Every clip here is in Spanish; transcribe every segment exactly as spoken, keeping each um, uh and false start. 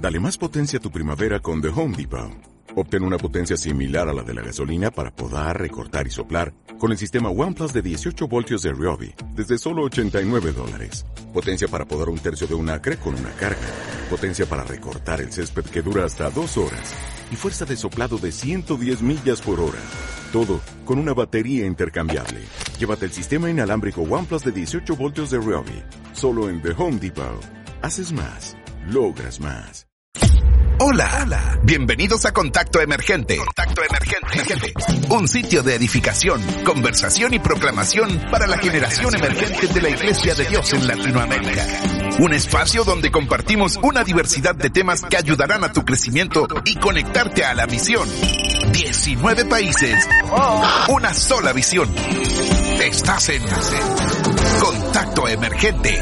Dale más potencia a tu primavera con The Home Depot. Obtén una potencia similar a la de la gasolina para podar, recortar y soplar con el sistema OnePlus de dieciocho voltios de Ryobi desde solo ochenta y nueve dólares. Potencia para podar un tercio de un acre con una carga. Potencia para recortar el césped que dura hasta dos horas. Y fuerza de soplado de ciento diez millas por hora. Todo con una batería intercambiable. Llévate el sistema inalámbrico OnePlus de dieciocho voltios de Ryobi. Solo en The Home Depot. Haces más. Logras más. Hola, hola. Bienvenidos a Contacto Emergente. Contacto Emergente. Un sitio de edificación, conversación y proclamación para la generación emergente de la Iglesia de Dios en Latinoamérica. Un espacio donde compartimos una diversidad de temas que ayudarán a tu crecimiento y conectarte a la misión. diecinueve países, una sola visión. Estás en Contacto Emergente.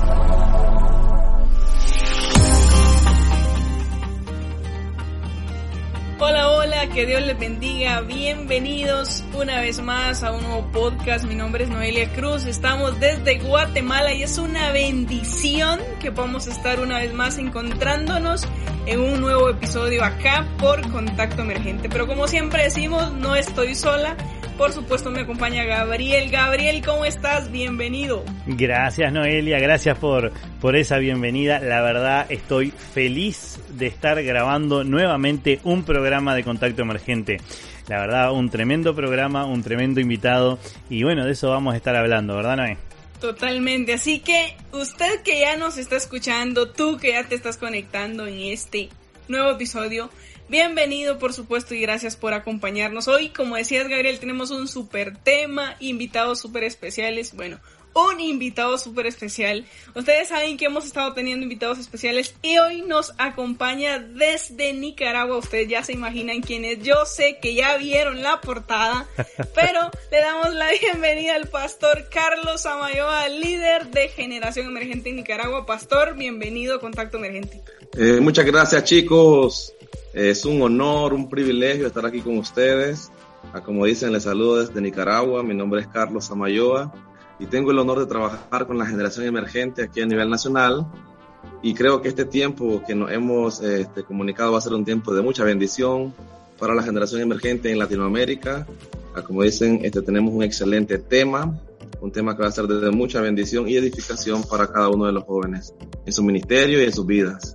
Hola, hola, que Dios les bendiga, bienvenidos una vez más a un nuevo podcast. Mi nombre es Noelia Cruz, estamos desde Guatemala y es una bendición que podamos estar una vez más encontrándonos en un nuevo episodio acá por Contacto Emergente. Pero como siempre decimos, no estoy sola. Por supuesto me acompaña Gabriel. Gabriel, ¿cómo estás? Bienvenido. Gracias, Noelia, gracias por, por esa bienvenida. La verdad estoy feliz de estar grabando nuevamente un programa de Contacto Emergente. La verdad, un tremendo programa, un tremendo invitado y bueno, de eso vamos a estar hablando, ¿verdad, Noé? Totalmente, así que usted que ya nos está escuchando, tú que ya te estás conectando en este nuevo episodio, bienvenido por supuesto y gracias por acompañarnos. Hoy, como decías Gabriel, tenemos un súper tema, invitados súper especiales, bueno, un invitado súper especial. Ustedes saben que hemos estado teniendo invitados especiales y hoy nos acompaña desde Nicaragua. Ustedes ya se imaginan quién es, yo sé que ya vieron la portada, pero le damos la bienvenida al pastor Carlos Samayoa, líder de Generación Emergente en Nicaragua. Pastor, bienvenido a Contacto Emergente. Eh, muchas gracias, chicos. Es un honor, un privilegio estar aquí con ustedes. Como dicen, les saludo desde Nicaragua. Mi nombre es Carlos Samayoa y tengo el honor de trabajar con la Generación Emergente aquí a nivel nacional. Y creo que este tiempo que nos hemos este, comunicado va a ser un tiempo de mucha bendición para la Generación Emergente en Latinoamérica. Como dicen, este, tenemos un excelente tema, un tema que va a ser de mucha bendición y edificación para cada uno de los jóvenes en su ministerio y en sus vidas.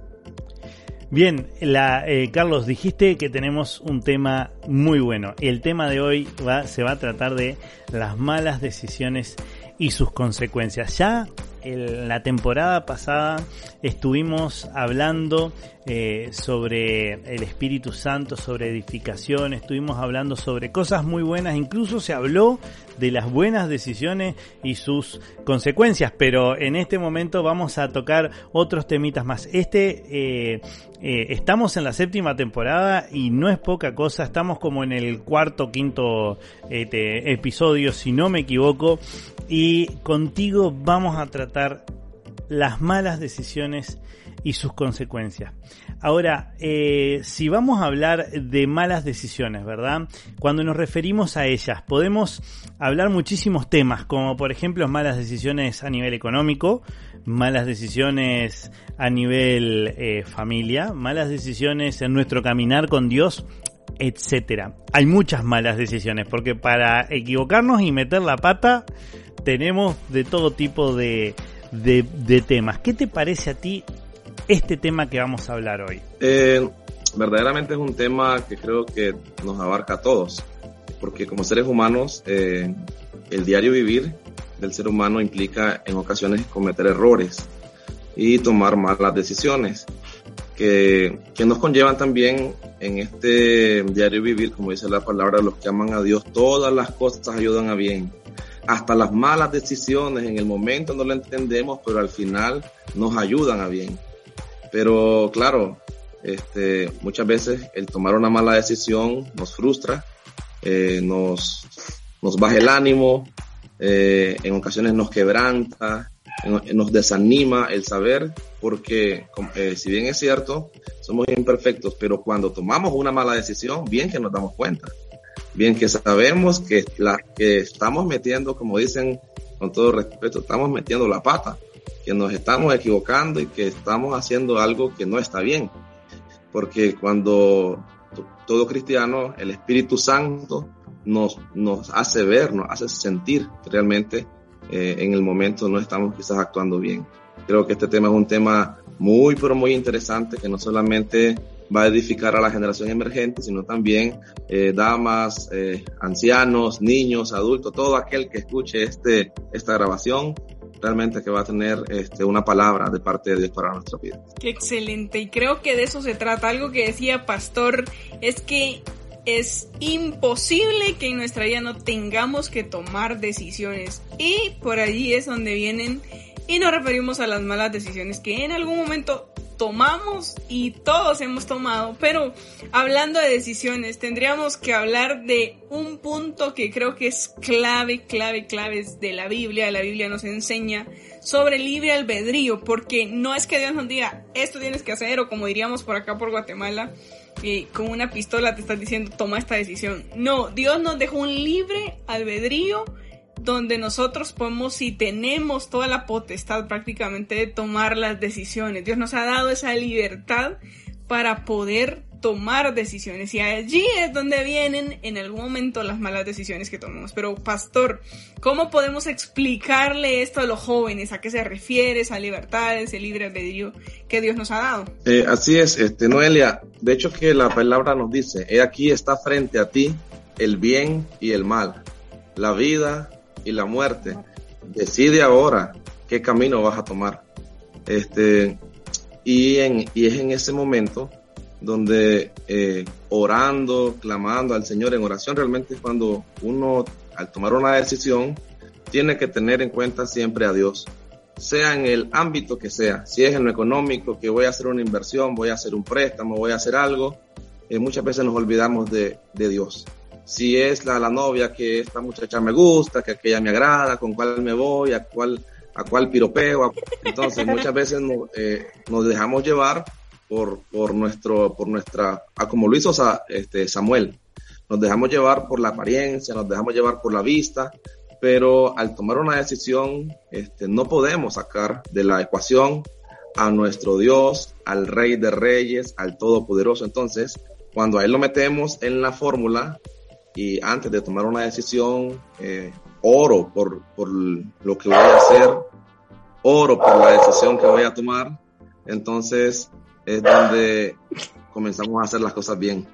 Bien, la, eh, Carlos, dijiste que tenemos un tema muy bueno. El tema de hoy va, se va a tratar de las malas decisiones y sus consecuencias. Ya en la temporada pasada estuvimos hablando eh, sobre el Espíritu Santo, sobre edificación, estuvimos hablando sobre cosas muy buenas, incluso se habló de las buenas decisiones y sus consecuencias, pero en este momento vamos a tocar otros temitas más. Este, eh, eh, estamos en la séptima temporada y no es poca cosa, estamos como en el cuarto, quinto este, episodio, si no me equivoco, y contigo vamos a tratar las malas decisiones y sus consecuencias. Ahora, eh, si vamos a hablar de malas decisiones, ¿verdad? Cuando nos referimos a ellas, podemos hablar muchísimos temas, como por ejemplo malas decisiones a nivel económico, malas decisiones a nivel eh, familia, malas decisiones en nuestro caminar con Dios, etcétera. Hay muchas malas decisiones, porque para equivocarnos y meter la pata tenemos de todo tipo de, de, de temas. ¿Qué te parece a ti este tema que vamos a hablar hoy? Eh, verdaderamente es un tema que creo que nos abarca a todos, porque como seres humanos, eh, el diario vivir del ser humano implica en ocasiones cometer errores y tomar malas decisiones que, que nos conllevan también en este diario vivir, como dice la palabra, los que aman a Dios, todas las cosas ayudan a bien. Hasta las malas decisiones en el momento no lo entendemos, pero al final nos ayudan a bien. Pero claro, este, muchas veces el tomar una mala decisión nos frustra, eh, nos, nos baja el ánimo, eh, en ocasiones nos quebranta, nos desanima el saber, porque eh, si bien es cierto, somos imperfectos, pero cuando tomamos una mala decisión, bien que nos damos cuenta. Bien que sabemos que la que estamos metiendo, como dicen con todo respeto, estamos metiendo la pata, que nos estamos equivocando y que estamos haciendo algo que no está bien. porque cuando t- todo cristiano, el Espíritu Santo nos, nos hace ver, nos hace sentir que realmente eh, en el momento no estamos quizás actuando bien. Creo que este tema es un tema muy, pero muy interesante, que no solamente va a edificar a la generación emergente, sino también eh, damas, eh, ancianos, niños, adultos, todo aquel que escuche este, esta grabación, realmente que va a tener este, una palabra de parte de Dios para nuestra vida. Qué excelente, y creo que de eso se trata. Algo que decía Pastor es que es imposible que en nuestra vida no tengamos que tomar decisiones, y por allí es donde vienen y nos referimos a las malas decisiones que en algún momento tomamos y todos hemos tomado. Pero hablando de decisiones, tendríamos que hablar de un punto que creo que es clave, clave, clave de la Biblia. La Biblia nos enseña sobre el libre albedrío, porque no es que Dios nos diga esto tienes que hacer, o como diríamos por acá por Guatemala, y con una pistola te estás diciendo toma esta decisión. No, Dios nos dejó un libre albedrío donde nosotros podemos, si tenemos toda la potestad prácticamente de tomar las decisiones. Dios nos ha dado esa libertad para poder tomar decisiones, y allí es donde vienen en algún momento las malas decisiones que tomamos. Pero Pastor, ¿cómo podemos explicarle esto a los jóvenes? ¿A qué se refiere esa libertad, ese libre albedrío que Dios nos ha dado? Eh, así es, este, Noelia, de hecho que la palabra nos dice, he aquí está frente a ti el bien y el mal, la vida y la muerte. Decide ahora qué camino vas a tomar. Este, y, en, y es en ese momento donde eh, orando, clamando al Señor en oración, realmente es cuando uno, al tomar una decisión, tiene que tener en cuenta siempre a Dios, sea en el ámbito que sea. Si es en lo económico, que voy a hacer una inversión, voy a hacer un préstamo, voy a hacer algo, eh, muchas veces nos olvidamos de, de Dios. Si es la, la novia, que esta muchacha me gusta, que aquella me agrada, con cuál me voy, a cuál, a cuál piropeo. A... Entonces muchas veces no, eh, nos dejamos llevar por, por nuestro, por nuestra, ah, como lo hizo este, Samuel, nos dejamos llevar por la apariencia, nos dejamos llevar por la vista, pero al tomar una decisión, este, no podemos sacar de la ecuación a nuestro Dios, al Rey de Reyes, al Todopoderoso. Entonces, cuando a Él lo metemos en la fórmula, y antes de tomar una decisión, eh, oro por, por lo que voy a hacer, oro por la decisión que voy a tomar, entonces es donde comenzamos a hacer las cosas bien.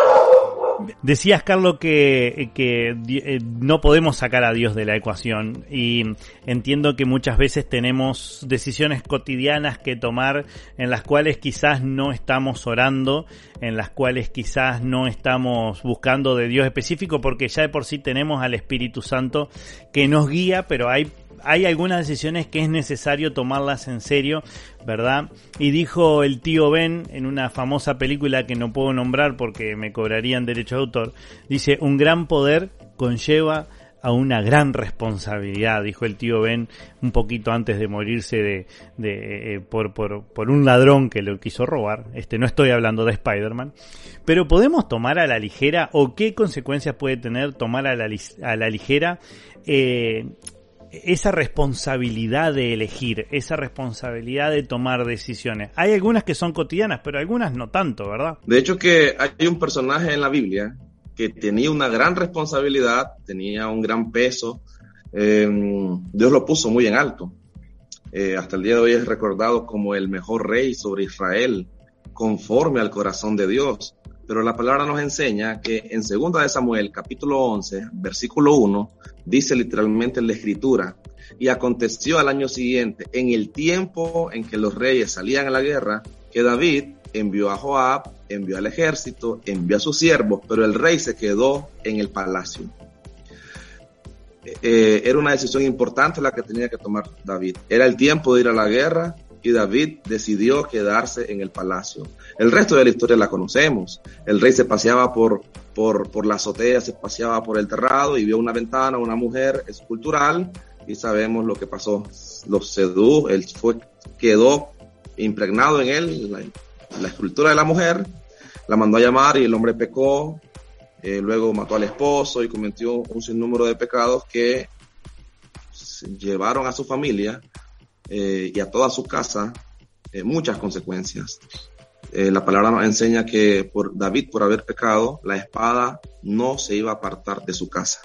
Decías, Carlos, que, que eh, no podemos sacar a Dios de la ecuación, y entiendo que muchas veces tenemos decisiones cotidianas que tomar en las cuales quizás no estamos orando, en las cuales quizás no estamos buscando de Dios específico, porque ya de por sí tenemos al Espíritu Santo que nos guía, pero hay Hay algunas decisiones que es necesario tomarlas en serio, ¿verdad? Y dijo el tío Ben en una famosa película que no puedo nombrar porque me cobrarían derechos de autor, dice, un gran poder conlleva a una gran responsabilidad, dijo el tío Ben un poquito antes de morirse de, de eh, por, por, por un ladrón que lo quiso robar. Este, no estoy hablando de Spider-Man, pero ¿podemos tomar a la ligera, o qué consecuencias puede tener tomar a la, a la ligera eh, esa responsabilidad de elegir, esa responsabilidad de tomar decisiones? Hay algunas que son cotidianas, pero algunas no tanto, ¿verdad? De hecho que hay un personaje en la Biblia que tenía una gran responsabilidad, tenía un gran peso, eh, Dios lo puso muy en alto. Eh, hasta el día de hoy es recordado como el mejor rey sobre Israel, conforme al corazón de Dios. Pero la palabra nos enseña que en segunda de Samuel, capítulo once, versículo uno, dice literalmente en la escritura, y aconteció al año siguiente, en el tiempo en que los reyes salían a la guerra, que David envió a Joab, envió al ejército, envió a sus siervos, pero el rey se quedó en el palacio. Eh, era una decisión importante la que tenía que tomar David. Era el tiempo de ir a la guerra, y David decidió quedarse en el palacio. El resto de la historia la conocemos. El rey se paseaba por, por, por la azotea, se paseaba por el terrado y vio una ventana, una mujer escultural, y sabemos lo que pasó. Lo sedujo, él fue, quedó impregnado en él, la, la escultura de la mujer, la mandó a llamar y el hombre pecó, eh, luego mató al esposo y cometió un sinnúmero de pecados que llevaron a su familia Eh, y a toda su casa eh, muchas consecuencias. eh, la palabra nos enseña que por David, por haber pecado, la espada no se iba a apartar de su casa.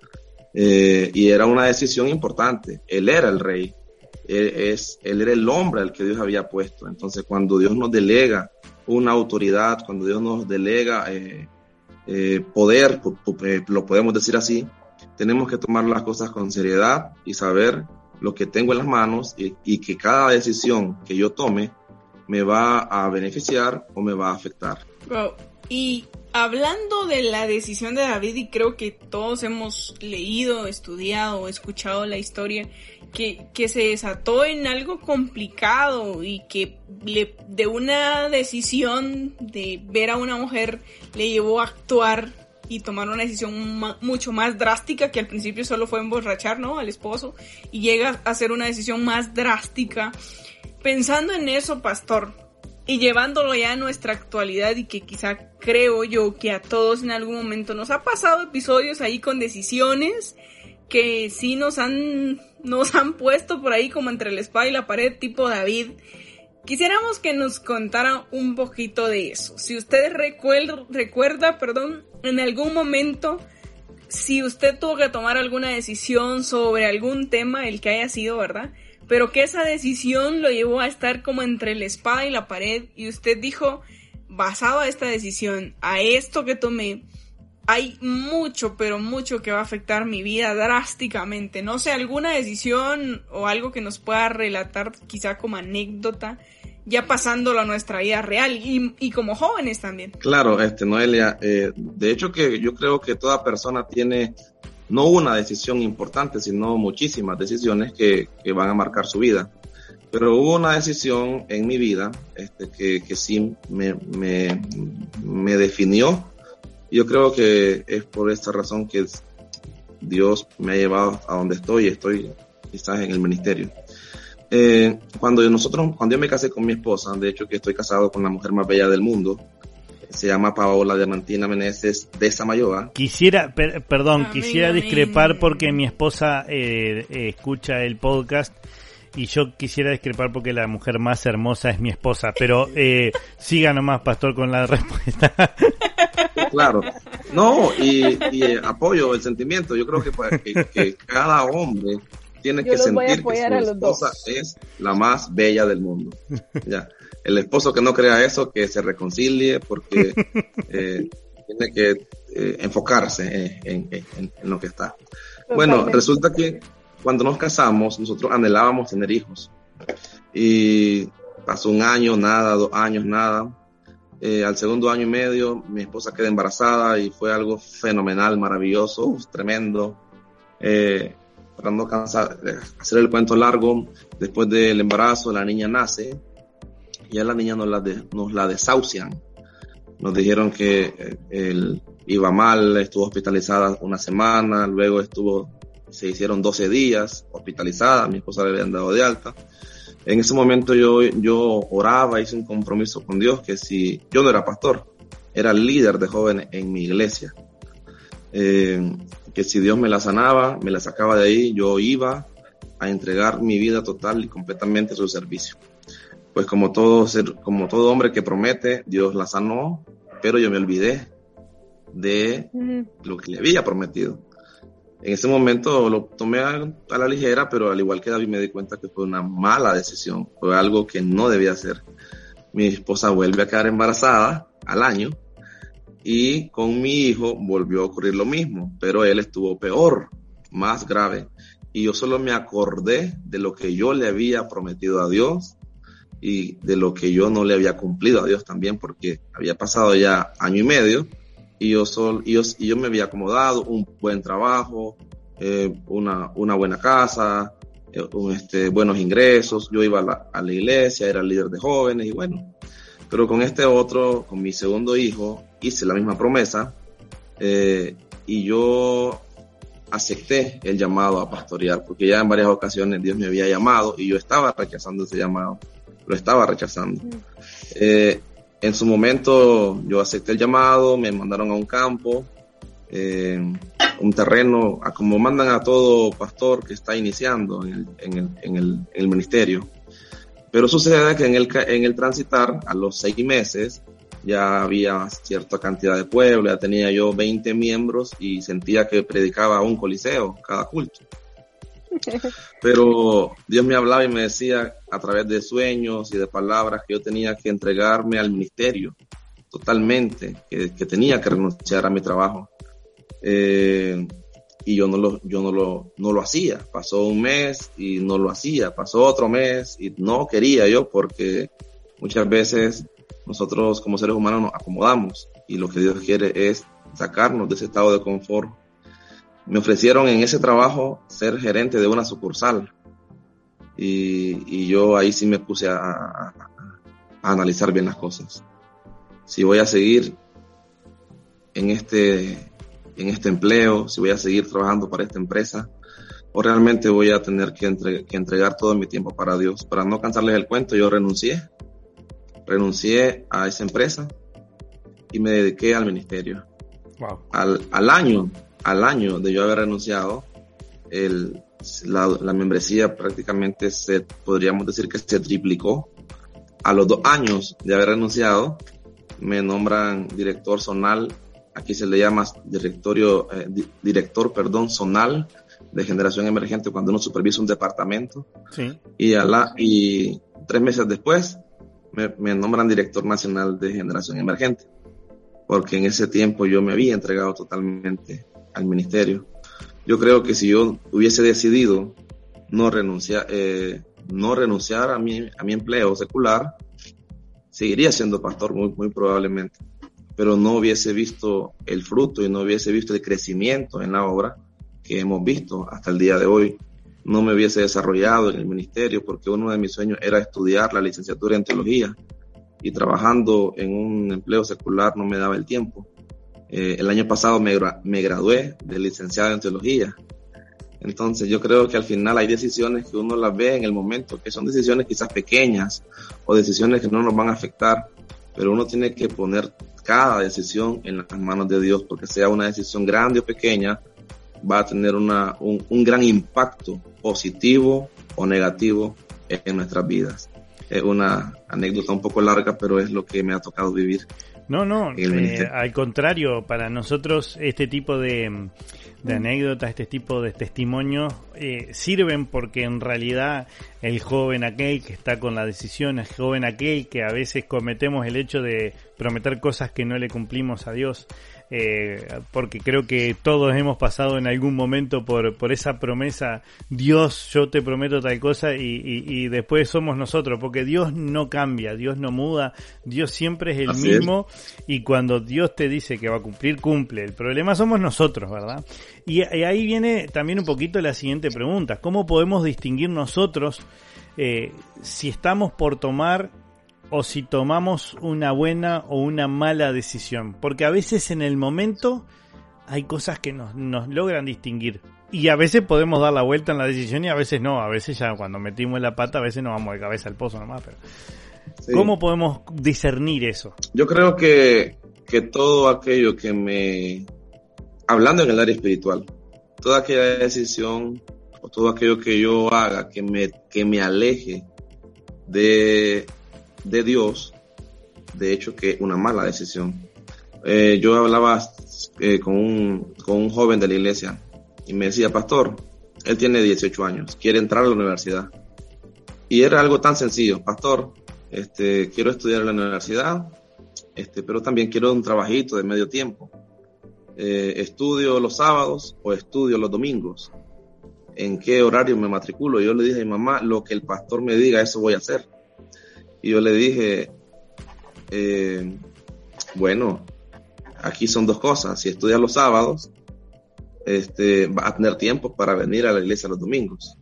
Eh, y era una decisión importante. Él era el rey. Él, es, él era el hombre al que Dios había puesto. Entonces, cuando Dios nos delega una autoridad, cuando Dios nos delega eh, eh, poder, eh, lo podemos decir así, tenemos que tomar las cosas con seriedad y saber lo que tengo en las manos y, y que cada decisión que yo tome me va a beneficiar o me va a afectar. Wow. Y hablando de la decisión de David, y creo que todos hemos leído, estudiado o escuchado la historia, que, que se desató en algo complicado y que le, de una decisión de ver a una mujer le llevó a actuar y tomar una decisión ma- mucho más drástica, que al principio solo fue emborrachar, ¿no?, al esposo, y llega a ser una decisión más drástica. Pensando en eso, pastor, y llevándolo ya a nuestra actualidad, y que quizá creo yo que a todos en algún momento nos ha pasado episodios ahí con decisiones que sí nos han, nos han puesto por ahí como entre la espada y la pared, tipo David. Quisiéramos que nos contara un poquito de eso. Si usted recuerda, recuerda, perdón, en algún momento, si usted tuvo que tomar alguna decisión sobre algún tema, el que haya sido, ¿verdad?, pero que esa decisión lo llevó a estar como entre la espada y la pared, y usted dijo, basado a esta decisión, a esto que tomé, hay mucho, pero mucho que va a afectar mi vida drásticamente. No sé, alguna decisión o algo que nos pueda relatar quizá como anécdota, ya pasándolo a nuestra vida real y, y como jóvenes también. Claro, este, Noelia, eh, de hecho que yo creo que toda persona tiene no una decisión importante, sino muchísimas decisiones que, que van a marcar su vida. Pero hubo una decisión en mi vida este, que, que sí me, me, me definió. Yo creo que es por esta razón que Dios me ha llevado a donde estoy, estoy quizás en el ministerio. Eh, cuando nosotros, cuando yo me casé con mi esposa, de hecho que estoy casado con la mujer más bella del mundo, se llama Paola Diamantina Meneses de Samayoa. Quisiera, per, perdón, Amén, quisiera amén. discrepar porque mi esposa eh, eh, escucha el podcast y yo quisiera discrepar porque la mujer más hermosa es mi esposa, pero eh, siga nomás, pastor, con la respuesta. Claro, no, y, y eh, apoyo el sentimiento. Yo creo que, que, que cada hombre tiene Yo que los voy a sentir que apoyar su a los dos. esposa es la más bella del mundo. Ya, el esposo que no crea eso, que se reconcilie, porque eh, tiene que eh, enfocarse en, en, en, en lo que está. Totalmente. Bueno, resulta que cuando nos casamos, nosotros anhelábamos tener hijos. Y pasó un año, nada, dos años, nada. Eh, al segundo año y medio, mi esposa quedó embarazada y fue algo fenomenal, maravilloso, uf, tremendo. Eh, para no cansar, eh, hacer el cuento largo, después del embarazo, la niña nace. Y a la niña nos la, de, nos la desahucian. Nos dijeron que eh, él iba mal, estuvo hospitalizada una semana, luego estuvo, se hicieron doce días hospitalizada, mi esposa le habían dado de alta. En ese momento yo, yo oraba, hice un compromiso con Dios que si yo no era pastor, era líder de jóvenes en mi iglesia, eh, que si Dios me la sanaba, me la sacaba de ahí, yo iba a entregar mi vida total y completamente a su servicio. Pues como todo ser, como todo hombre que promete, Dios la sanó, pero yo me olvidé de Ujú. lo que le había prometido. En ese momento lo tomé a, a la ligera, pero al igual que David me di cuenta que fue una mala decisión, fue algo que no debía hacer. Mi esposa vuelve a quedar embarazada al año y con mi hijo volvió a ocurrir lo mismo, pero él estuvo peor, más grave, y yo solo me acordé de lo que yo le había prometido a Dios y de lo que yo no le había cumplido a Dios también, porque había pasado ya año y medio y yo, sol, y yo, y yo me había acomodado, un buen trabajo, eh, una, una buena casa, eh, un, este, buenos ingresos, yo iba a la, a la iglesia, era líder de jóvenes y bueno, pero con este otro, con mi segundo hijo, hice la misma promesa eh, y yo acepté el llamado a pastorear, porque ya en varias ocasiones Dios me había llamado y yo estaba rechazando ese llamado. Lo estaba rechazando. Eh, en su momento yo acepté el llamado, me mandaron a un campo, eh, un terreno, a como mandan a todo pastor que está iniciando en el, en el, en el, en el ministerio. Pero sucede que en el, en el transitar, a los seis meses, ya había cierta cantidad de pueblo, ya tenía yo veinte miembros y sentía que predicaba un coliseo cada culto. Pero Dios me hablaba y me decía a través de sueños y de palabras que yo tenía que entregarme al ministerio totalmente, que, que tenía que renunciar a mi trabajo. Eh, y yo no lo, yo no lo, no lo hacía. Pasó un mes y no lo hacía. Pasó otro mes y no quería yo, porque muchas veces nosotros como seres humanos nos acomodamos y lo que Dios quiere es sacarnos de ese estado de confort. Me ofrecieron en ese trabajo ser gerente de una sucursal y, y yo ahí sí me puse a, a, a analizar bien las cosas. Si voy a seguir en este, en este empleo, si voy a seguir trabajando para esta empresa, o realmente voy a tener que, entre, que entregar todo mi tiempo para Dios. Para no cansarles el cuento, yo renuncié, renuncié a esa empresa y me dediqué al ministerio. Wow. Al, al año, al año de yo haber renunciado, el, la, la membresía prácticamente se, podríamos decir que se triplicó. A los dos años de haber renunciado, me nombran director zonal, aquí se le llama directorio, eh, di, director, perdón, zonal de generación emergente cuando uno supervisa un departamento. Sí. Y, a la, y tres meses después me, me nombran director nacional de generación emergente, porque en ese tiempo yo me había entregado totalmente al ministerio. Yo creo que si yo hubiese decidido no renunciar, eh, no renunciar a mi, a mi empleo secular, seguiría siendo pastor muy, muy probablemente, pero no hubiese visto el fruto y no hubiese visto el crecimiento en la obra que hemos visto hasta el día de hoy. No me hubiese desarrollado en el ministerio, porque uno de mis sueños era estudiar la licenciatura en teología, y trabajando en un empleo secular no me daba el tiempo. Eh, el año pasado me, gra- me gradué de licenciado en teología. Entonces yo creo que al final hay decisiones que uno las ve en el momento, que son decisiones quizás pequeñas o decisiones que no nos van a afectar, pero uno tiene que poner cada decisión en las manos de Dios, porque sea una decisión grande o pequeña, va a tener una, un, un gran impacto positivo o negativo en, en nuestras vidas. Es una anécdota un poco larga, pero es lo que me ha tocado vivir. No, no, eh, al contrario, para nosotros este tipo de, de anécdotas, este tipo de testimonios eh, sirven porque en realidad el joven aquel que está con la decisión, el joven aquel que a veces cometemos el hecho de prometer cosas que no le cumplimos a Dios, eh, porque creo que todos hemos pasado en algún momento por, por esa promesa, Dios, yo te prometo tal cosa, y, y, y después somos nosotros, porque Dios no cambia, Dios no muda, Dios siempre es el Así mismo es. Y cuando Dios te dice que va a cumplir, cumple. El problema somos nosotros, ¿verdad? Y, y ahí viene también un poquito la siguiente pregunta: ¿cómo podemos distinguir nosotros eh, si estamos por tomar o si tomamos una buena o una mala decisión? Porque a veces en el momento hay cosas que nos, nos logran distinguir, y a veces podemos dar la vuelta en la decisión y a veces no. A veces ya cuando metimos la pata, a veces nos vamos de cabeza al pozo nomás. Pero sí. ¿Cómo podemos discernir eso? Yo creo que, que todo aquello que me... Hablando en el área espiritual, toda aquella decisión o todo aquello que yo haga que me, que me aleje de... de Dios, de hecho que una mala decisión. Eh, yo hablaba eh, con, un, con un joven de la iglesia y me decía: pastor, él tiene dieciocho años, quiere entrar a la universidad. Y era algo tan sencillo: pastor, este, quiero estudiar en la universidad, este, pero también quiero un trabajito de medio tiempo. Eh, ¿Estudio los sábados o estudio los domingos? ¿En qué horario me matriculo? Yo le dije a mi mamá: lo que el pastor me diga, eso voy a hacer. Y yo le dije, eh, bueno, aquí son dos cosas. Si estudias los sábados, este, vas a tener tiempo para venir a la iglesia los domingos.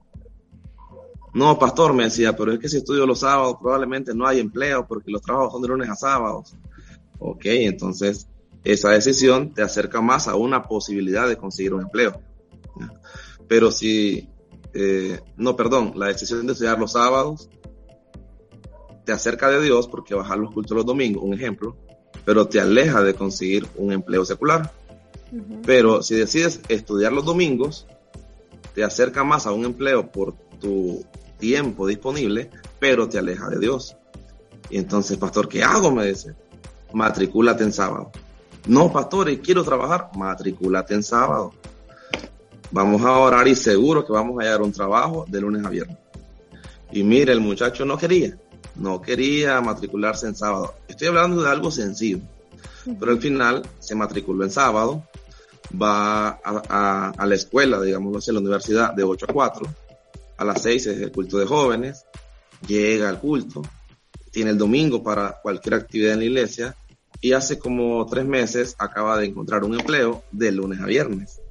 No, pastor, me decía, pero es que si estudio los sábados probablemente no hay empleo porque los trabajos son de lunes a sábados. Ok, entonces esa decisión te acerca más a una posibilidad de conseguir un empleo. Pero si, eh, no, perdón, la decisión de estudiar los sábados te acerca de Dios porque vas a los cultos los domingos, un ejemplo, pero te aleja de conseguir un empleo secular. Uh-huh. Pero si decides estudiar los domingos, te acerca más a un empleo por tu tiempo disponible, pero te aleja de Dios. Y entonces, pastor, ¿qué hago? Me dice, matricúlate en sábado. No, pastor, quiero trabajar, matricúlate en sábado. Vamos a orar y seguro que vamos a hallar un trabajo de lunes a viernes. Y mire, el muchacho no quería, no quería matricularse en sábado. Estoy hablando de algo sencillo, pero al final se matriculó en sábado, va a, a, a la escuela, digamos, a la universidad de ocho a cuatro, a las seis es el culto de jóvenes, llega al culto, tiene el domingo para cualquier actividad en la iglesia y hace como tres meses acaba de encontrar un empleo de lunes a viernes.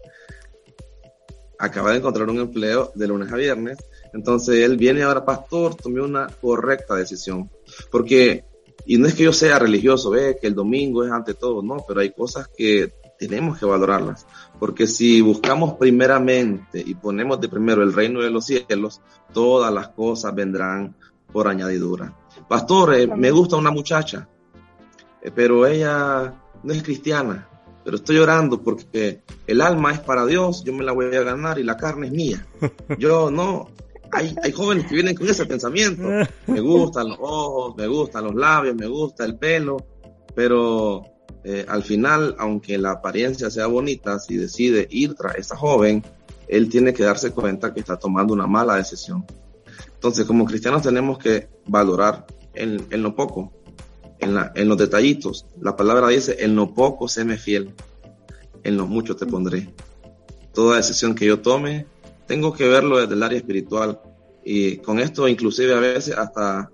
Acaba de encontrar un empleo de lunes a viernes. Entonces él viene ahora, pastor, tomé una correcta decisión. Porque, y no es que yo sea religioso, ve que el domingo es ante todo, no, pero hay cosas que tenemos que valorarlas. Porque si buscamos primeramente y ponemos de primero el reino de los cielos, todas las cosas vendrán por añadidura. Pastor, eh, me gusta una muchacha, eh, pero ella no es cristiana. Pero estoy orando porque el alma es para Dios, yo me la voy a ganar y la carne es mía. Yo no. Hay, hay jóvenes que vienen con ese pensamiento. Me gustan los ojos, me gustan los labios, me gusta el pelo, pero eh, al final, aunque la apariencia sea bonita, si decide ir tras esa joven, él tiene que darse cuenta que está tomando una mala decisión. Entonces, como cristianos tenemos que valorar en, en lo poco, en, la, en los detallitos. La palabra dice, en lo poco séme fiel, en lo mucho te pondré. Toda decisión que yo tome, tengo que verlo desde el área espiritual. Y con esto, inclusive a veces hasta,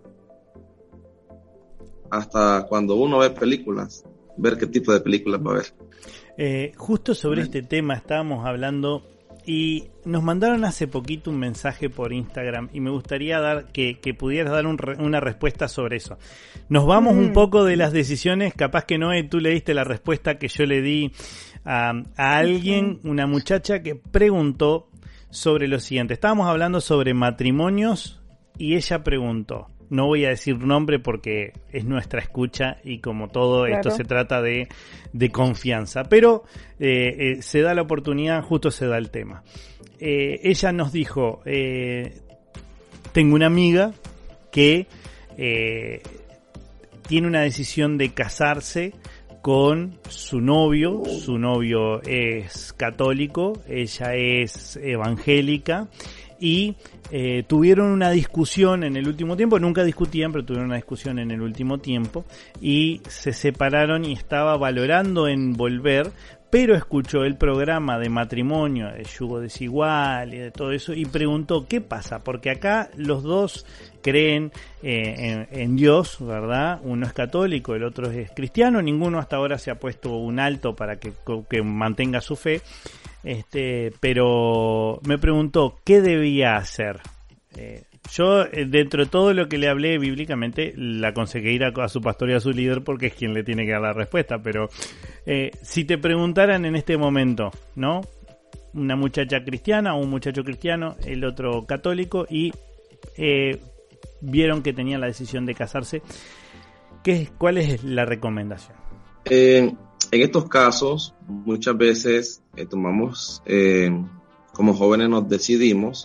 hasta cuando uno ve películas, ver qué tipo de películas va a ver. Eh, justo sobre este tema estábamos hablando y nos mandaron hace poquito un mensaje por Instagram y me gustaría dar que, que pudieras dar un, una respuesta sobre eso. Nos vamos mm. un poco de las decisiones, capaz que Noé, tú le diste la respuesta que yo le di a, a alguien, una muchacha que preguntó sobre lo siguiente. Estábamos hablando sobre matrimonios y ella preguntó, no voy a decir nombre porque es nuestra escucha y como todo claro. Esto se trata de, de confianza, pero eh, eh, se da la oportunidad, justo se da el tema. Eh, ella nos dijo, eh, tengo una amiga que eh, tiene una decisión de casarse con su novio, su novio es católico, ella es evangélica y eh, tuvieron una discusión en el último tiempo, nunca discutían, pero tuvieron una discusión en el último tiempo y se separaron y estaba valorando en volver, pero escuchó el programa de matrimonio, de yugo desigual y de todo eso y preguntó qué pasa, porque acá los dos creen eh, en, en Dios, ¿verdad? Uno es católico, el otro es cristiano, ninguno hasta ahora se ha puesto un alto para que, que mantenga su fe, este, pero me preguntó qué debía hacer. Eh, yo, eh, dentro de todo lo que le hablé bíblicamente, le aconsejé ir a, a su pastor y a su líder porque es quien le tiene que dar la respuesta, pero eh, si te preguntaran en este momento, ¿no? Una muchacha cristiana o un muchacho cristiano, el otro católico y eh, vieron que tenían la decisión de casarse, ¿qué, ¿cuál es la recomendación? Eh, en estos casos, muchas veces eh, tomamos, eh, como jóvenes nos decidimos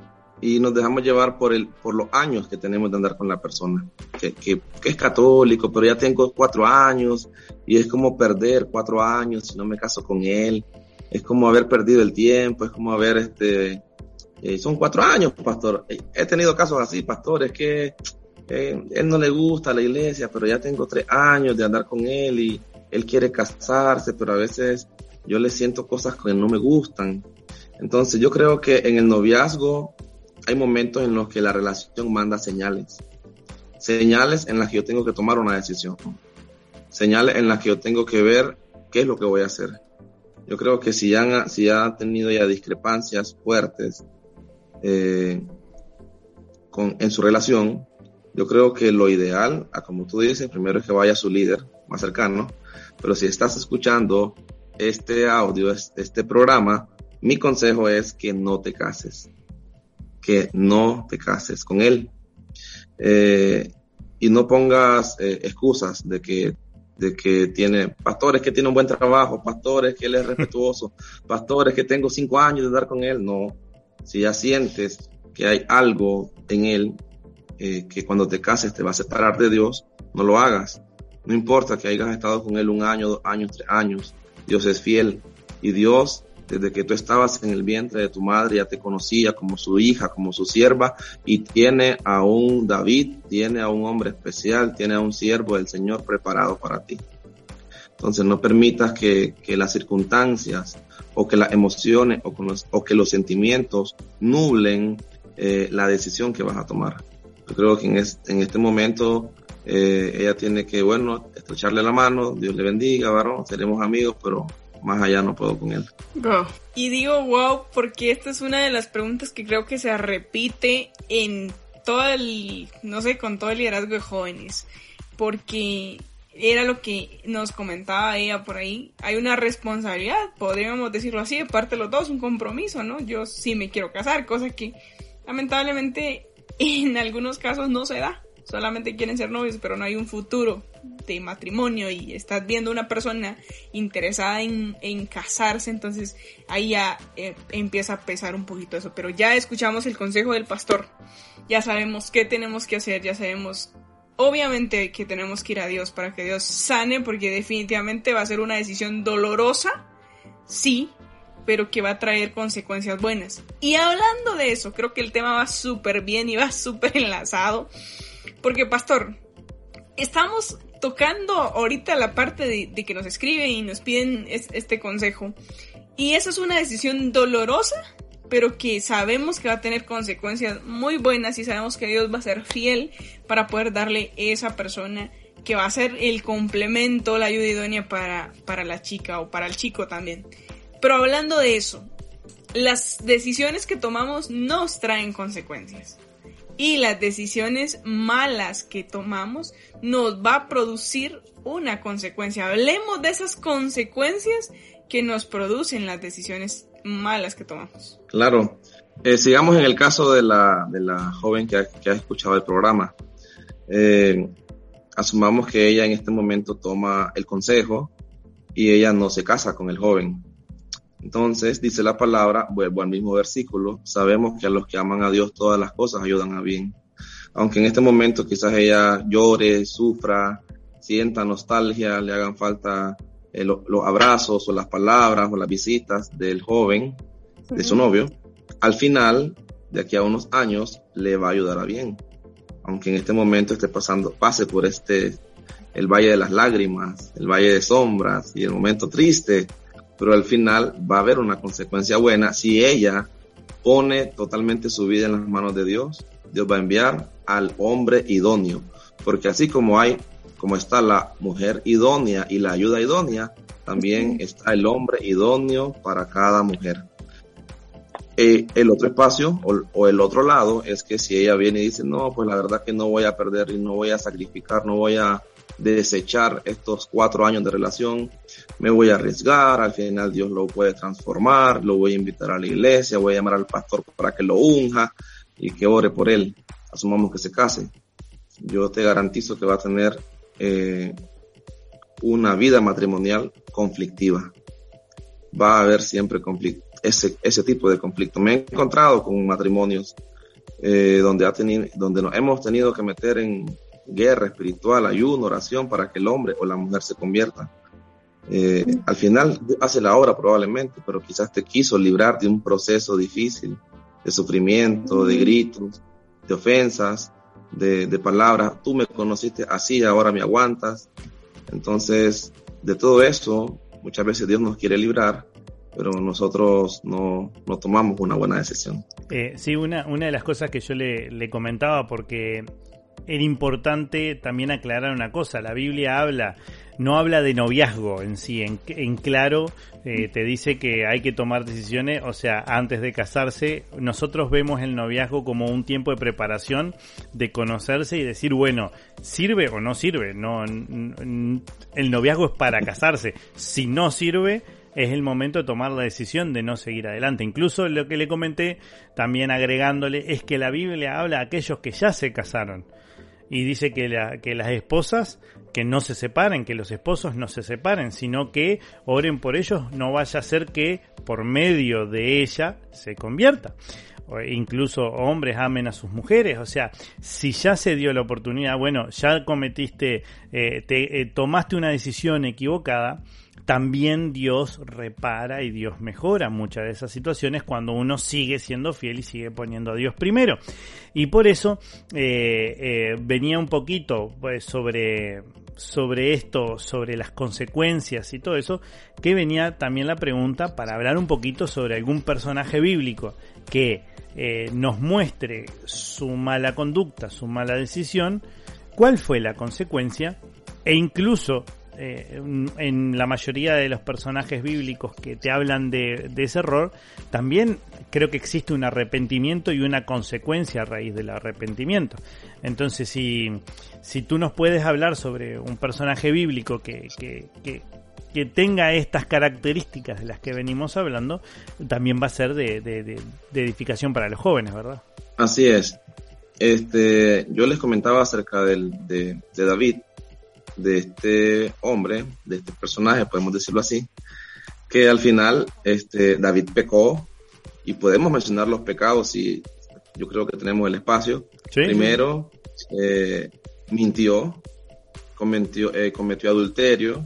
y nos dejamos llevar por el por los años que tenemos de andar con la persona, que, que, que es católico, pero ya tengo cuatro años y es como perder cuatro años si no me caso con él, es como haber perdido el tiempo, es como haber, este, eh, son cuatro años, pastor. He tenido casos así, pastor, es que eh, él no le gusta la iglesia, pero ya tengo tres años de andar con él y él quiere casarse, pero a veces yo le siento cosas que no me gustan. Entonces yo creo que en el noviazgo hay momentos en los que la relación manda señales. Señales en las que yo tengo que tomar una decisión. Señales en las que yo tengo que ver qué es lo que voy a hacer. Yo creo que si ya, si ya han tenido ya discrepancias fuertes eh, con, en su relación, yo creo que lo ideal, como tú dices, primero es que vaya a su líder más cercano. Pero si estás escuchando este audio, este programa, mi consejo es que no te cases. Que no te cases con él. Eh, y no pongas eh, excusas de que, de que tiene, pastores que tiene un buen trabajo, pastores que él es respetuoso, pastores que tengo cinco años de andar con él. No, si ya sientes que hay algo en él eh, que cuando te cases te va a separar de Dios, no lo hagas. No importa que hayas estado con él un año, dos años, tres años, Dios es fiel. Y Dios, desde que tú estabas en el vientre de tu madre, ya te conocía como su hija, como su sierva, y tiene a un David, tiene a un hombre especial, tiene a un siervo del Señor preparado para ti. Entonces no permitas que, que las circunstancias o que las emociones o, con los, o que los sentimientos nublen eh, la decisión que vas a tomar. Yo creo que en, es, en este momento eh, ella tiene que, bueno, estrecharle la mano, Dios le bendiga, varón, seremos amigos, pero más allá no puedo con él. Wow. Y digo wow porque esta es una de las preguntas que creo que se repite en todo el, no sé, con todo el liderazgo de jóvenes, porque era lo que nos comentaba ella por ahí. Hay una responsabilidad, podríamos decirlo así, de parte de los dos, un compromiso, ¿no? Yo sí me quiero casar, cosa que lamentablemente en algunos casos no se da. Solamente quieren ser novios, pero no hay un futuro de matrimonio y estás viendo una persona interesada en, en casarse, entonces ahí ya eh, empieza a pesar un poquito eso. Pero ya escuchamos el consejo del pastor, ya sabemos qué tenemos que hacer, ya sabemos obviamente que tenemos que ir a Dios para que Dios sane, porque definitivamente va a ser una decisión dolorosa, sí, pero que va a traer consecuencias buenas. Y hablando de eso, creo que el tema va súper bien y va súper enlazado, porque pastor, estamos tocando ahorita la parte de, de que nos escriben y nos piden es, este consejo, y esa es una decisión dolorosa, pero que sabemos que va a tener consecuencias muy buenas y sabemos que Dios va a ser fiel para poder darle esa persona que va a ser el complemento, la ayuda idónea para, para la chica o para el chico también. Pero hablando de eso, las decisiones que tomamos nos traen consecuencias y las decisiones malas que tomamos nos va a producir una consecuencia. Hablemos de esas consecuencias que nos producen las decisiones malas que tomamos. Claro. Eh, sigamos en el caso de la, de la joven que ha, que ha escuchado el programa. Eh, asumamos que ella en este momento toma el consejo y ella no se casa con el joven. Entonces, dice la palabra, vuelvo al mismo versículo, sabemos que a los que aman a Dios todas las cosas ayudan a bien. Aunque en este momento quizás ella llore, sufra, sienta nostalgia, le hagan falta eh, lo, los abrazos o las palabras o las visitas del joven, de su novio, al final, de aquí a unos años, le va a ayudar a bien. Aunque en este momento esté pasando, pase por este, el valle de las lágrimas, el valle de sombras y el momento triste, pero al final va a haber una consecuencia buena si ella pone totalmente su vida en las manos de Dios. Dios va a enviar al hombre idóneo, porque así como hay, como está la mujer idónea y la ayuda idónea, también está el hombre idóneo para cada mujer. Eh, el otro espacio o, o el otro lado es que si ella viene y dice, no, pues la verdad que no voy a perder y no voy a sacrificar, no voy a desechar estos cuatro años de relación, me voy a arriesgar, al final Dios lo puede transformar, lo voy a invitar a la iglesia, voy a llamar al pastor para que lo unja y que ore por él, asumamos que se case. Yo te garantizo que va a tener eh, una vida matrimonial conflictiva, va a haber siempre conflicto, ese, ese tipo de conflicto. Me he encontrado con matrimonios eh, donde, ha tenido, donde nos hemos tenido que meter en guerra espiritual, ayuno, oración para que el hombre o la mujer se convierta. Eh, al final hace la obra probablemente, pero quizás te quiso librar de un proceso difícil, de sufrimiento, de gritos, de ofensas, de, de palabras. Tú me conociste así, ahora me aguantas. Entonces, de todo eso, muchas veces Dios nos quiere librar, pero nosotros no, no tomamos una buena decisión. Eh, sí, una, una de las cosas que yo le, le comentaba, porque era importante también aclarar una cosa. La Biblia habla, no habla de noviazgo en sí, en, en claro, eh, te dice que hay que tomar decisiones, o sea, antes de casarse. Nosotros vemos el noviazgo como un tiempo de preparación, de conocerse y decir, bueno, ¿sirve o no sirve? No, n- n- el noviazgo es para casarse. Si no sirve, es el momento de tomar la decisión de no seguir adelante. Incluso lo que le comenté, también agregándole, es que la Biblia habla a aquellos que ya se casaron. y dice que, la, que las esposas que no se separen, que los esposos no se separen, sino que oren por ellos, no vaya a ser que por medio de ella se convierta. O incluso hombres amen a sus mujeres, o sea, si ya se dio la oportunidad, bueno, ya cometiste, eh, te, eh, tomaste una decisión equivocada, también Dios repara y Dios mejora muchas de esas situaciones cuando uno sigue siendo fiel y sigue poniendo a Dios primero. Y por eso eh, eh, venía un poquito pues, sobre, sobre esto, sobre las consecuencias y todo eso, que venía también la pregunta para hablar un poquito sobre algún personaje bíblico que eh, nos muestre su mala conducta, su mala decisión, cuál fue la consecuencia, e incluso eh, en la mayoría de los personajes bíblicos que te hablan de, de ese error, también creo que existe un arrepentimiento y una consecuencia a raíz del arrepentimiento. Entonces, si, si tú nos puedes hablar sobre un personaje bíblico que, que, que que tenga estas características de las que venimos hablando, también va a ser de, de, de, de edificación para los jóvenes, ¿verdad? Así es. Este, yo les comentaba acerca del, de, de David, de este hombre, de este personaje, podemos decirlo así, que al final este, David pecó, y podemos mencionar los pecados y yo creo que tenemos el espacio. ¿Sí? Primero, eh, mintió, cometió, eh, cometió adulterio.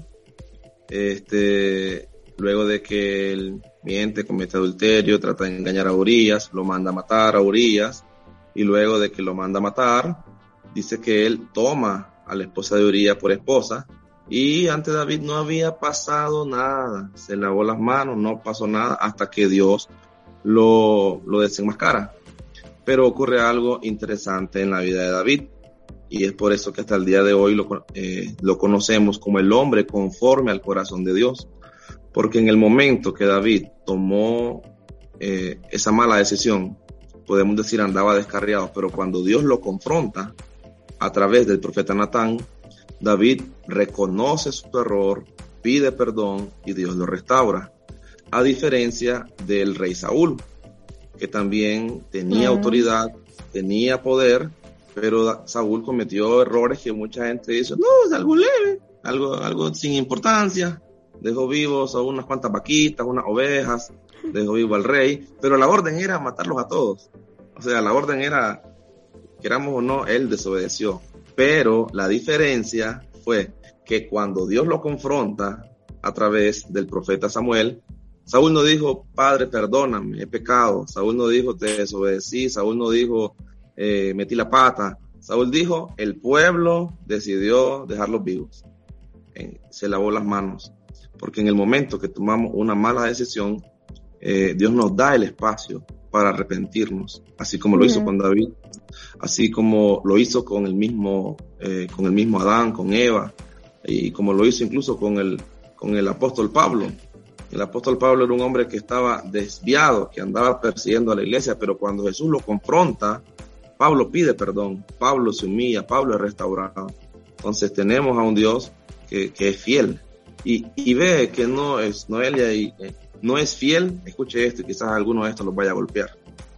Este, luego de que él miente, comete adulterio, trata de engañar a Urías, lo manda a matar a Urías, y luego de que lo manda a matar, dice que él toma a la esposa de Urías por esposa, y ante David no había pasado nada, se lavó las manos, no pasó nada, hasta que Dios lo, lo desenmascara. Pero ocurre algo interesante en la vida de David, y es por eso que hasta el día de hoy lo, eh, lo conocemos como el hombre conforme al corazón de Dios. Porque en el momento que David tomó eh, esa mala decisión, podemos decir andaba descarriado, pero cuando Dios lo confronta a través del profeta Natán, David reconoce su error, pide perdón y Dios lo restaura. A diferencia del rey Saúl, que también tenía uh-huh. autoridad, tenía poder, pero Saúl cometió errores que mucha gente dice, no, es algo leve, algo, algo sin importancia. Dejó vivos a unas cuantas vaquitas, unas ovejas, dejó vivo al rey, pero la orden era matarlos a todos. O sea, la orden era, queramos o no, él desobedeció. Pero la diferencia fue que cuando Dios lo confronta a través del profeta Samuel, Saúl no dijo, Padre, perdóname, he pecado. Saúl no dijo, te desobedecí. Saúl no dijo, Eh, metí la pata. Saúl dijo, el pueblo decidió dejarlos vivos. Eh, se lavó las manos. Porque en el momento que tomamos una mala decisión, eh, Dios nos da el espacio para arrepentirnos. Así como lo uh-huh. hizo con David, así como lo hizo con el mismo, eh, con el mismo Adán, con Eva, y como lo hizo incluso con el, con el apóstol Pablo. El apóstol Pablo era un hombre que estaba desviado, que andaba persiguiendo a la iglesia, pero cuando Jesús lo confronta, Pablo pide perdón, Pablo se humilla, Pablo es restaurado. Entonces tenemos a un Dios que, que es fiel y, y ve que no es Noelia y eh, no es fiel. Escuche esto y quizás alguno de estos los vaya a golpear.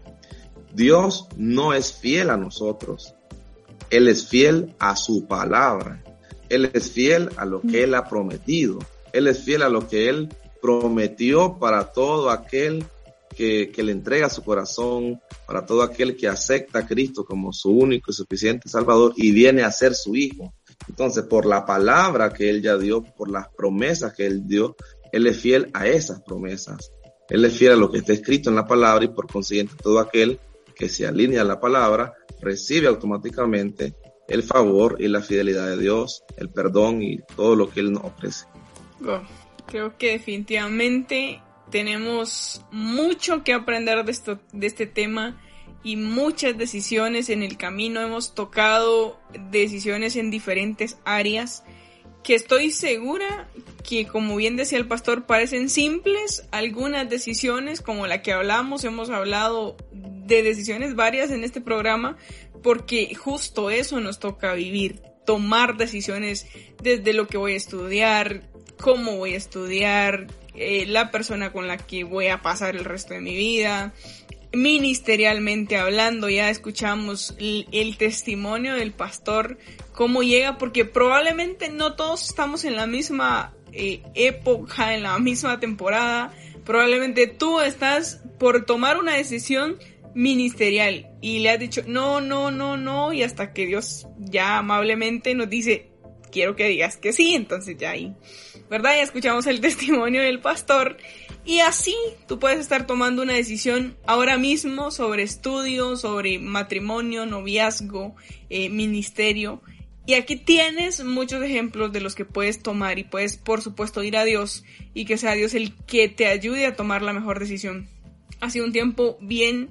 Dios no es fiel a nosotros, Él es fiel a su palabra, Él es fiel a lo que Él ha prometido, Él es fiel a lo que Él prometió para todo aquel Que, que le entrega su corazón, para todo aquel que acepta a Cristo como su único y suficiente Salvador y viene a ser su hijo. Entonces, por la palabra que Él ya dio, por las promesas que Él dio, Él es fiel a esas promesas. Él es fiel a lo que está escrito en la palabra y por consiguiente todo aquel que se alinea a la palabra recibe automáticamente el favor y la fidelidad de Dios, el perdón y todo lo que Él nos ofrece. Bueno, creo que definitivamente tenemos mucho que aprender de, esto, de este tema y muchas decisiones en el camino. Hemos tocado decisiones en diferentes áreas que estoy segura que, como bien decía el pastor, parecen simples. Algunas decisiones, como la que hablamos, hemos hablado de decisiones varias en este programa, porque justo eso nos toca vivir, tomar decisiones desde lo que voy a estudiar, cómo voy a estudiar, Eh, la persona con la que voy a pasar el resto de mi vida, ministerialmente hablando. Ya escuchamos el, el testimonio del pastor, cómo llega, porque probablemente no todos estamos en la misma eh, época, en la misma temporada. Probablemente tú estás por tomar una decisión ministerial y le has dicho no, no, no, no, y hasta que Dios ya amablemente nos dice, quiero que digas que sí, entonces ya ahí, ¿verdad? Ya escuchamos el testimonio del pastor, y así tú puedes estar tomando una decisión ahora mismo sobre estudio, sobre matrimonio, noviazgo, eh, ministerio, y aquí tienes muchos ejemplos de los que puedes tomar, y puedes por supuesto ir a Dios y que sea Dios el que te ayude a tomar la mejor decisión. Ha sido un tiempo bien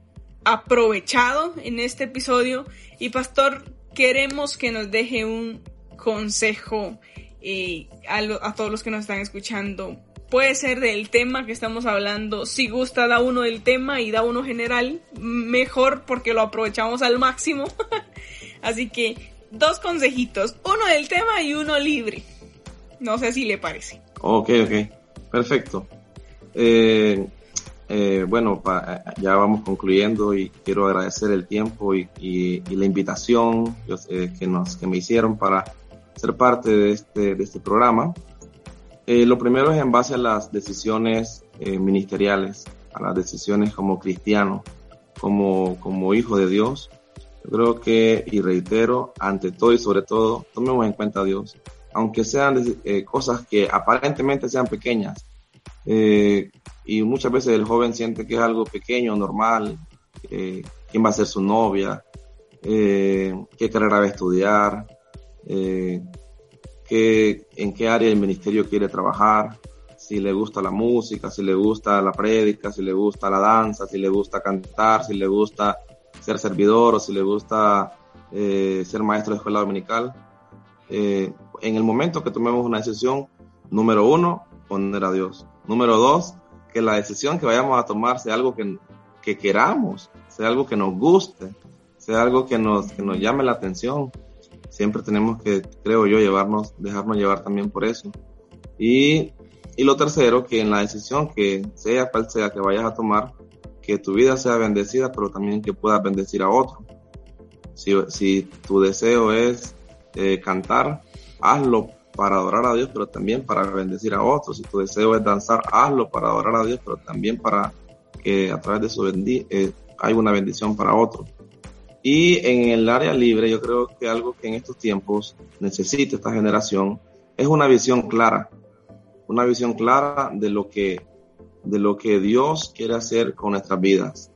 aprovechado en este episodio, y pastor, queremos que nos deje un consejo eh, a, lo, a todos los que nos están escuchando. Puede ser del tema que estamos hablando. Si gusta, da uno del tema y da uno general, mejor, porque lo aprovechamos al máximo. Así que dos consejitos, uno del tema y uno libre. No sé si le parece. Ok, ok, perfecto. eh Eh, bueno, pa, ya vamos concluyendo, y quiero agradecer el tiempo y, y, y la invitación eh, que, nos, que me hicieron para ser parte de este, de este programa. Eh, lo primero es en base a las decisiones eh, ministeriales, a las decisiones como cristiano, como, como hijo de Dios. Yo creo que, y reitero, ante todo y sobre todo, tomemos en cuenta a Dios, aunque sean eh, cosas que aparentemente sean pequeñas. Eh, y muchas veces el joven siente que es algo pequeño, normal, eh, quién va a ser su novia, eh, qué carrera va a estudiar, eh, qué, en qué área del ministerio quiere trabajar, si le gusta la música, si le gusta la prédica, si le gusta la danza, si le gusta cantar, si le gusta ser servidor, o si le gusta eh, ser maestro de escuela dominical. Eh, en el momento que tomemos una decisión, número uno, poner a Dios. Número dos, que la decisión que vayamos a tomar sea algo que, que queramos, sea algo que nos guste, sea algo que nos, que nos llame la atención. Siempre tenemos que, creo yo, llevarnos, dejarnos llevar también por eso. Y, y lo tercero, que en la decisión, que sea cual sea que vayas a tomar, que tu vida sea bendecida, pero también que puedas bendecir a otro. Si, si tu deseo es eh, cantar, hazlo para adorar a Dios, pero también para bendecir a otros. Si tu deseo es danzar, hazlo para adorar a Dios, pero también para que a través de su bendi- eh, hay una bendición para otros. Y en el área libre, yo creo que algo que en estos tiempos necesita esta generación es una visión clara, una visión clara de lo que, de lo que Dios quiere hacer con nuestras vidas.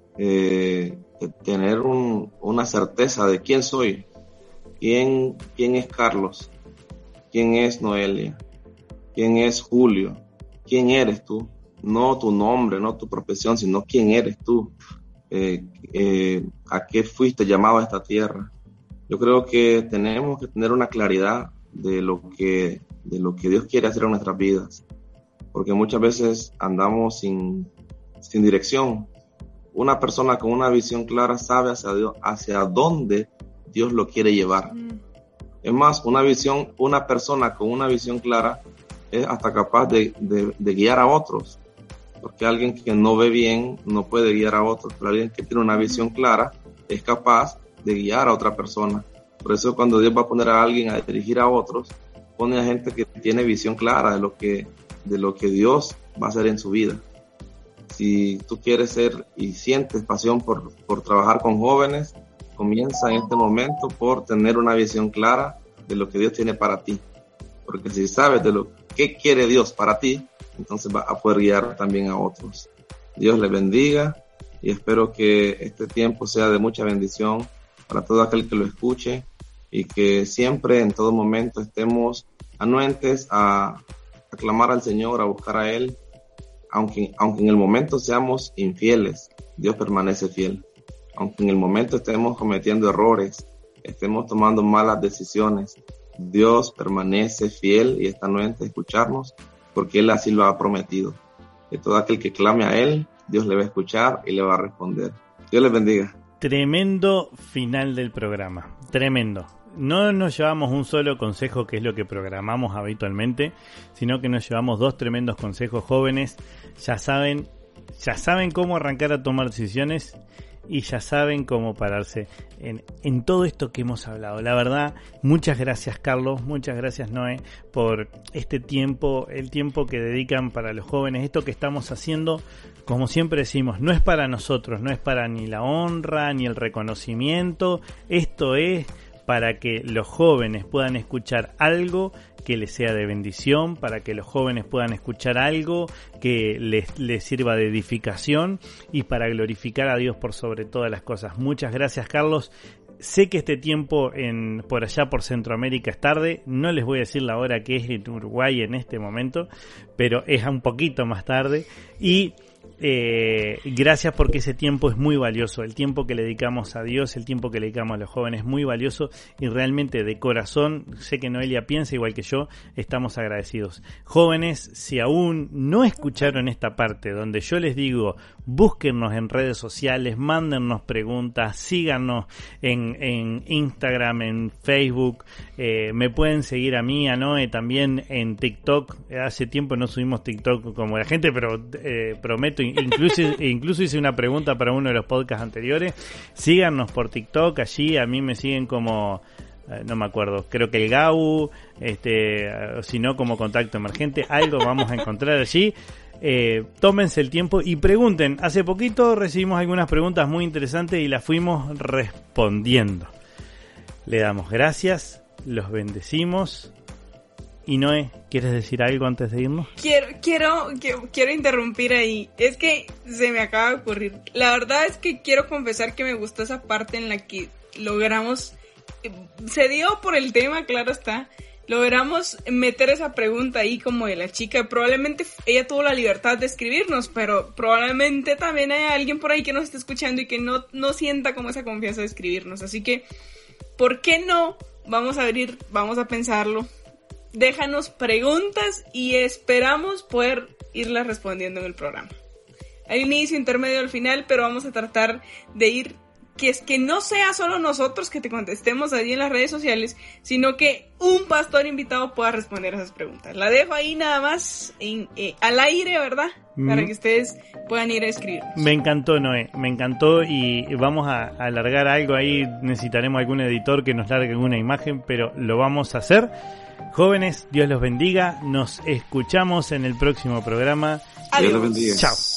Eh, tener un, una certeza de quién soy, quién, quién es Carlos, quién es Noelia, quién es Julio, quién eres tú, no tu nombre, no tu profesión, sino quién eres tú. Eh, eh, a qué fuiste llamado a esta tierra. Yo creo que tenemos que tener una claridad de lo que, de lo que Dios quiere hacer en nuestras vidas, porque muchas veces andamos sin, sin dirección. Una persona con una visión clara sabe hacia, Dios, hacia dónde Dios lo quiere llevar. Mm. Es más, una visión, una persona con una visión clara es hasta capaz de, de, de guiar a otros. Porque alguien que no ve bien no puede guiar a otros, pero alguien que tiene una visión clara es capaz de guiar a otra persona. Por eso cuando Dios va a poner a alguien a dirigir a otros, pone a gente que tiene visión clara de lo que, de lo que Dios va a hacer en su vida. Si tú quieres ser y sientes pasión por, por trabajar con jóvenes, comienza en este momento por tener una visión clara de lo que Dios tiene para ti. Porque si sabes de lo que quiere Dios para ti, entonces va a poder guiar también a otros. Dios les bendiga y espero que este tiempo sea de mucha bendición para todo aquel que lo escuche y que siempre, en todo momento, estemos anuentes a aclamar al Señor, a buscar a Él, aunque, aunque en el momento seamos infieles, Dios permanece fiel. Aunque en el momento estemos cometiendo errores, estemos tomando malas decisiones, Dios permanece fiel y está anuente a escucharnos, porque Él así lo ha prometido. Que todo aquel que clame a Él, Dios le va a escuchar y le va a responder. Dios les bendiga. Tremendo final del programa, tremendo. No nos llevamos un solo consejo, que es lo que programamos habitualmente, sino que nos llevamos dos tremendos consejos. Jóvenes, ya saben ya saben cómo arrancar a tomar decisiones y ya saben cómo pararse en, en todo esto que hemos hablado. La verdad, muchas gracias Carlos, muchas gracias Noé por este tiempo, el tiempo que dedican para los jóvenes. Esto que estamos haciendo, como siempre decimos, no es para nosotros, no es para ni la honra ni el reconocimiento, esto es para que los jóvenes puedan escuchar algo que les sea de bendición, para que los jóvenes puedan escuchar algo que les, les sirva de edificación y para glorificar a Dios por sobre todas las cosas. Muchas gracias Carlos. Sé que este tiempo en por allá por Centroamérica es tarde, no les voy a decir la hora que es en Uruguay en este momento, pero es un poquito más tarde y Eh, gracias porque ese tiempo es muy valioso, el tiempo que le dedicamos a Dios, el tiempo que le dedicamos a los jóvenes es muy valioso y realmente de corazón, sé que Noelia piensa igual que yo, estamos agradecidos. Jóvenes, si aún no escucharon esta parte donde yo les digo, búsquennos en redes sociales, mándennos preguntas, síganos en, en Instagram, en Facebook, eh, me pueden seguir a mí, a Noé también en TikTok. Hace tiempo no subimos TikTok como la gente, pero eh, prometo, incluso, incluso hice una pregunta para uno de los podcasts anteriores. Síganos por TikTok, allí a mí me siguen como, eh, no me acuerdo, creo que el Gau, este, uh, si no como Contacto Emergente, algo vamos a encontrar allí. Eh, tómense el tiempo y pregunten. Hace poquito recibimos algunas preguntas muy interesantes y las fuimos respondiendo. Le damos gracias, los bendecimos. Y Noé, ¿quieres decir algo antes de irnos? Quiero, quiero, quiero, quiero interrumpir ahí. Es que se me acaba de ocurrir. La verdad es que quiero confesar que me gustó esa parte en la que logramos, se dio por el tema, claro está, logramos meter esa pregunta ahí como de la chica. Probablemente ella tuvo la libertad de escribirnos, pero probablemente también hay alguien por ahí que nos esté escuchando y que no, no sienta como esa confianza de escribirnos. Así que, ¿por qué no? Vamos a abrir, vamos a pensarlo. Déjanos preguntas y esperamos poder irlas respondiendo en el programa. Hay un inicio, intermedio al final, pero vamos a tratar de ir, que es que no sea solo nosotros que te contestemos allí en las redes sociales, sino que un pastor invitado pueda responder esas preguntas. La dejo ahí nada más en, eh, al aire, ¿verdad? Para mm. que ustedes puedan ir a escribir. Me encantó, Noé, me encantó y vamos a alargar algo ahí. Necesitaremos algún editor que nos largue alguna imagen, pero lo vamos a hacer. Jóvenes, Dios los bendiga. Nos escuchamos en el próximo programa. Dios los bendiga. Chao.